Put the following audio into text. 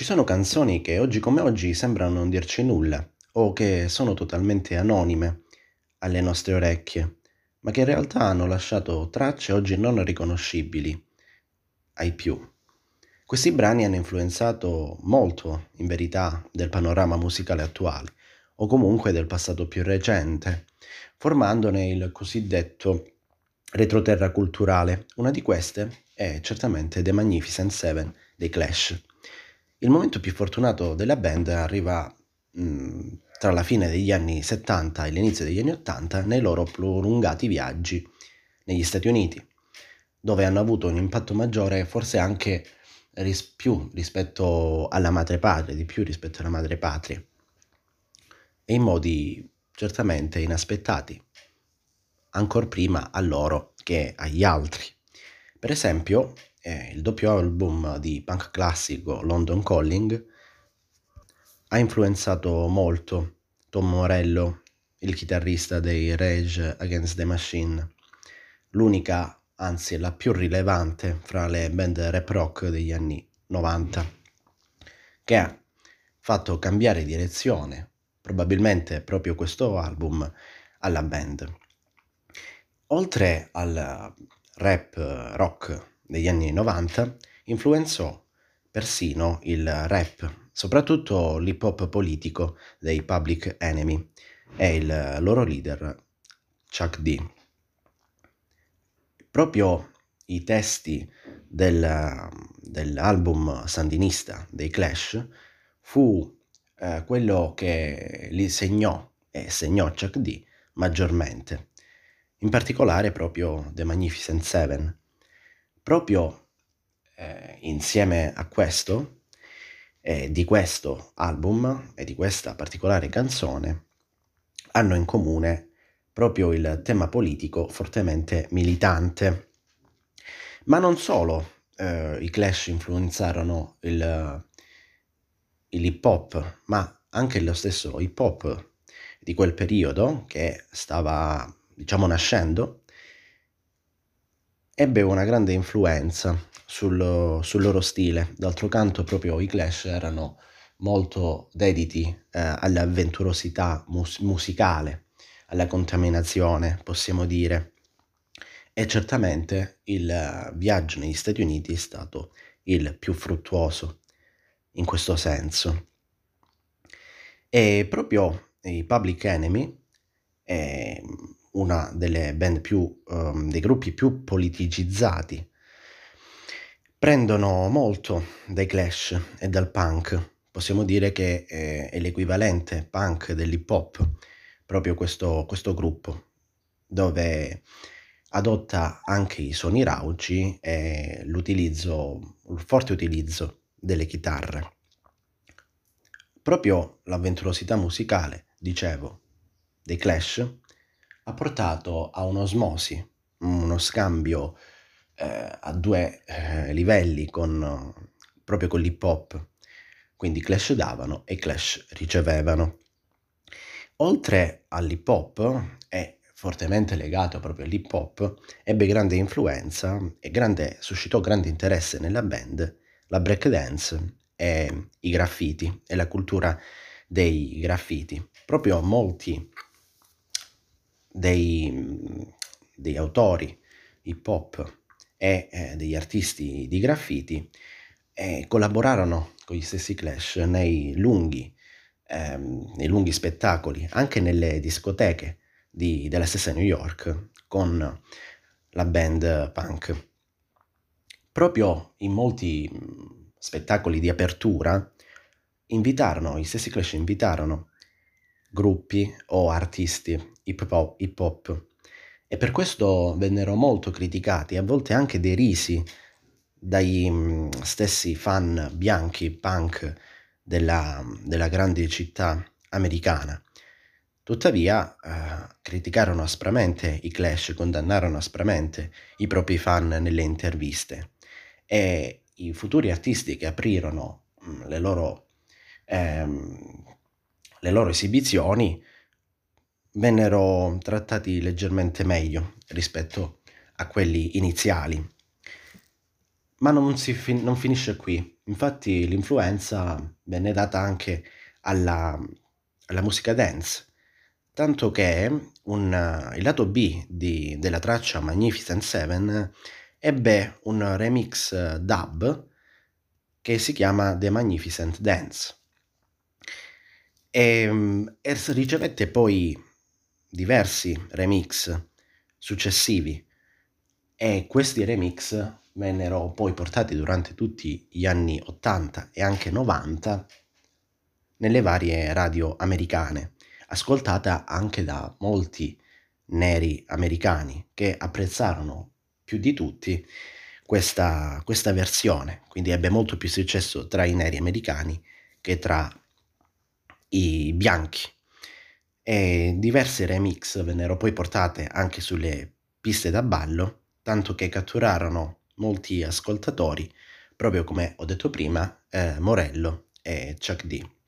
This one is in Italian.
Ci sono canzoni che oggi come oggi sembrano non dirci nulla o che sono totalmente anonime alle nostre orecchie, ma che in realtà hanno lasciato tracce oggi non riconoscibili ai più. Questi brani hanno influenzato molto, in verità, del panorama musicale attuale, o comunque del passato più recente, formandone il cosiddetto retroterra culturale. Una di queste è certamente The Magnificent Seven dei Clash. Il momento più fortunato della band arriva tra la fine degli anni 70 e l'inizio degli anni 80 nei loro prolungati viaggi negli Stati Uniti, dove hanno avuto un impatto maggiore forse anche più rispetto alla madrepatria, di più rispetto alla madrepatria, e in modi certamente inaspettati, ancor prima a loro che agli altri. Per esempio, il doppio album di punk classico London Calling ha influenzato molto Tom Morello, il chitarrista dei Rage Against the Machine, l'unica, anzi la più rilevante fra le band rap rock degli anni 90, che ha fatto cambiare direzione, probabilmente proprio questo album, alla band. Oltre al rap rock degli anni 90, influenzò persino il rap, soprattutto l'hip hop politico dei Public Enemy e il loro leader Chuck D. Proprio i testi dell'album sandinista dei Clash fu quello che li segnò e segnò Chuck D maggiormente, in particolare proprio The Magnificent Seven. Proprio insieme a questo, di questo album e di questa particolare canzone, hanno in comune proprio il tema politico fortemente militante. Ma non solo i Clash influenzarono l'hip hop, ma anche lo stesso hip hop di quel periodo che stava, diciamo, nascendo, ebbe una grande influenza sul loro stile. D'altro canto, proprio i Clash erano molto dediti all'avventurosità musicale, alla contaminazione, possiamo dire. E certamente il viaggio negli Stati Uniti è stato il più fruttuoso in questo senso. E proprio i Public Enemy è una delle band più, dei gruppi più politicizzati. Prendono molto dai Clash e dal punk. Possiamo dire che è l'equivalente punk dell'hip hop, proprio questo gruppo, dove adotta anche i suoni rauci e il forte utilizzo delle chitarre. Proprio l'avventurosità musicale, dicevo, dei Clash ha portato a un'osmosi, uno scambio a due livelli proprio con l'hip hop. Quindi Clash davano e Clash ricevevano. Oltre all'hip hop, e fortemente legato proprio all'hip hop, ebbe grande influenza e suscitò grande interesse nella band la breakdance e i graffiti e la cultura dei graffiti. Proprio molti dei autori hip hop e degli artisti di graffiti collaborarono con gli stessi Clash nei lunghi spettacoli, anche nelle discoteche della stessa New York, con la band punk. Proprio in molti spettacoli di apertura gli stessi Clash invitarono gruppi o artisti hip hop e per questo vennero molto criticati, a volte anche derisi dai stessi fan bianchi punk della grande città americana. Tuttavia, criticarono aspramente i Clash, condannarono aspramente i propri fan nelle interviste e i futuri artisti che aprirono ehm, le loro esibizioni vennero trattati leggermente meglio rispetto a quelli iniziali. Ma non finisce qui. Infatti l'influenza venne data anche alla, alla musica dance, tanto che il lato B della traccia Magnificent Seven ebbe un remix dub che si chiama The Magnificent Dance e ricevette poi diversi remix successivi e questi remix vennero poi portati durante tutti gli anni 80 e anche 90 nelle varie radio americane, ascoltata anche da molti neri americani che apprezzarono più di tutti questa versione, quindi ebbe molto più successo tra i neri americani che tra i bianchi. E diverse remix vennero poi portate anche sulle piste da ballo, tanto che catturarono molti ascoltatori, proprio come ho detto prima, Morello e Chuck D.